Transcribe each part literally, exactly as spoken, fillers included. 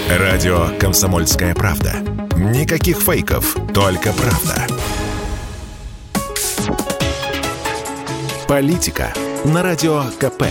Радио «Комсомольская правда». Никаких фейков, только правда. Политика на Радио КП.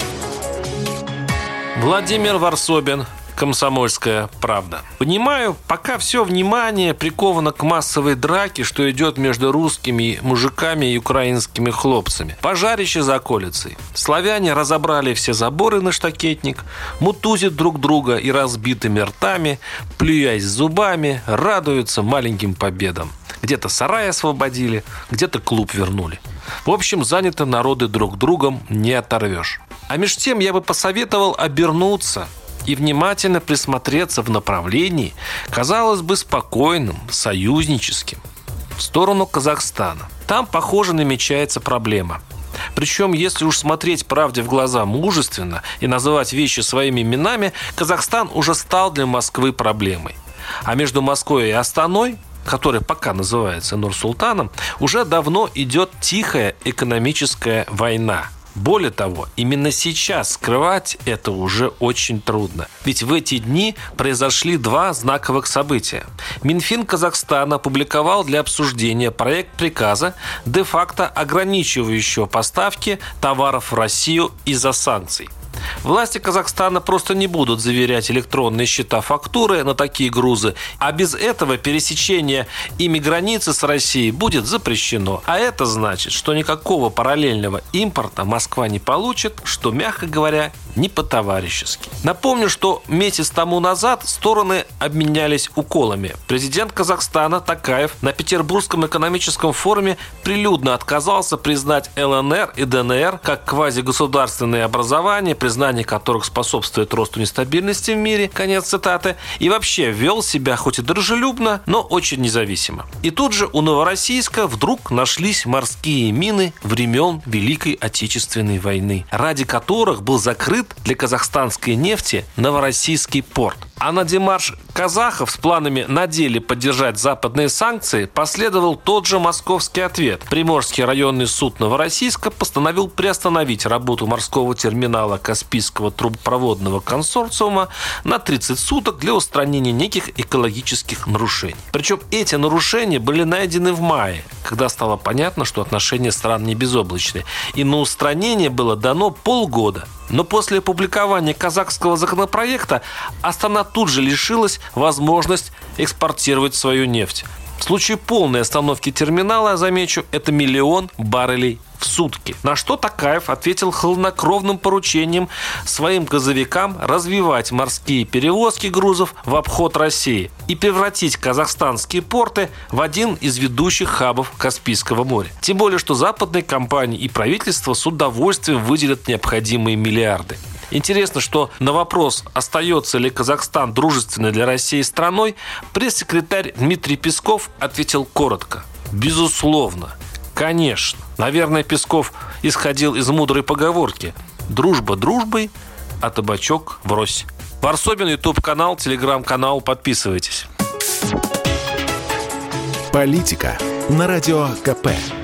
Владимир Варсобин, «Комсомольская правда». Понимаю, пока все внимание приковано к массовой драке, что идет между русскими мужиками и украинскими хлопцами. Пожарище за околицей. Славяне разобрали все заборы на штакетник, мутузят друг друга и разбитыми ртами, плюясь зубами, радуются маленьким победам. Где-то сарай освободили, где-то клуб вернули. В общем, заняты народы друг другом, не оторвешь. А меж тем я бы посоветовал обернуться и внимательно присмотреться в направлении, казалось бы, спокойным, союзническим, в сторону Казахстана. Там, похоже, намечается проблема. Причем, если уж смотреть правде в глаза мужественно и называть вещи своими именами, Казахстан уже стал для Москвы проблемой. А между Москвой и Астаной, который пока называется Нур-Султаном, уже давно идет тихая экономическая война. Более того, именно сейчас скрывать это уже очень трудно. Ведь в эти дни произошли два знаковых события. Минфин Казахстана опубликовал для обсуждения проект приказа, де-факто ограничивающего поставки товаров в Россию из-за санкций. Власти Казахстана просто не будут заверять электронные счета-фактуры на такие грузы, а без этого пересечение ими границы с Россией будет запрещено. А это значит, что никакого параллельного импорта Москва не получит, что, мягко говоря, не по-товарищески. Напомню, что месяц тому назад стороны обменялись уколами. Президент Казахстана Токаев на Петербургском экономическом форуме прилюдно отказался признать ЛНР и ДНР как квазигосударственные образования, признание которых способствует росту нестабильности в мире, конец цитаты, и вообще вел себя хоть и дружелюбно, но очень независимо. И тут же у Новороссийска вдруг нашлись морские мины времен Великой Отечественной войны, ради которых был закрыт для казахстанской нефти Новороссийский порт. А на демарш казахов с планами на деле поддержать западные санкции последовал тот же московский ответ. Приморский районный суд Новороссийска постановил приостановить работу морского терминала Каспийского трубопроводного консорциума на тридцать суток для устранения неких экологических нарушений. Причем эти нарушения были найдены в мае, когда стало понятно, что отношения стран не безоблачные. И на устранение было дано полгода. Но после опубликования казахского законопроекта Астана тут же лишилась возможности экспортировать свою нефть. В случае полной остановки терминала, замечу, это миллион баррелей в сутки. На что Токаев ответил хладнокровным поручением своим газовикам развивать морские перевозки грузов в обход России и превратить казахстанские порты в один из ведущих хабов Каспийского моря. Тем более, что западные компании и правительство с удовольствием выделят необходимые миллиарды. Интересно, что на вопрос, остается ли Казахстан дружественной для России страной, пресс-секретарь Дмитрий Песков ответил коротко: безусловно, конечно. Наверное, Песков исходил из мудрой поговорки: дружба дружбой, а табачок врозь. Варсобин, ютуб-канал, телеграм-канал, подписывайтесь. Политика на Радио КП.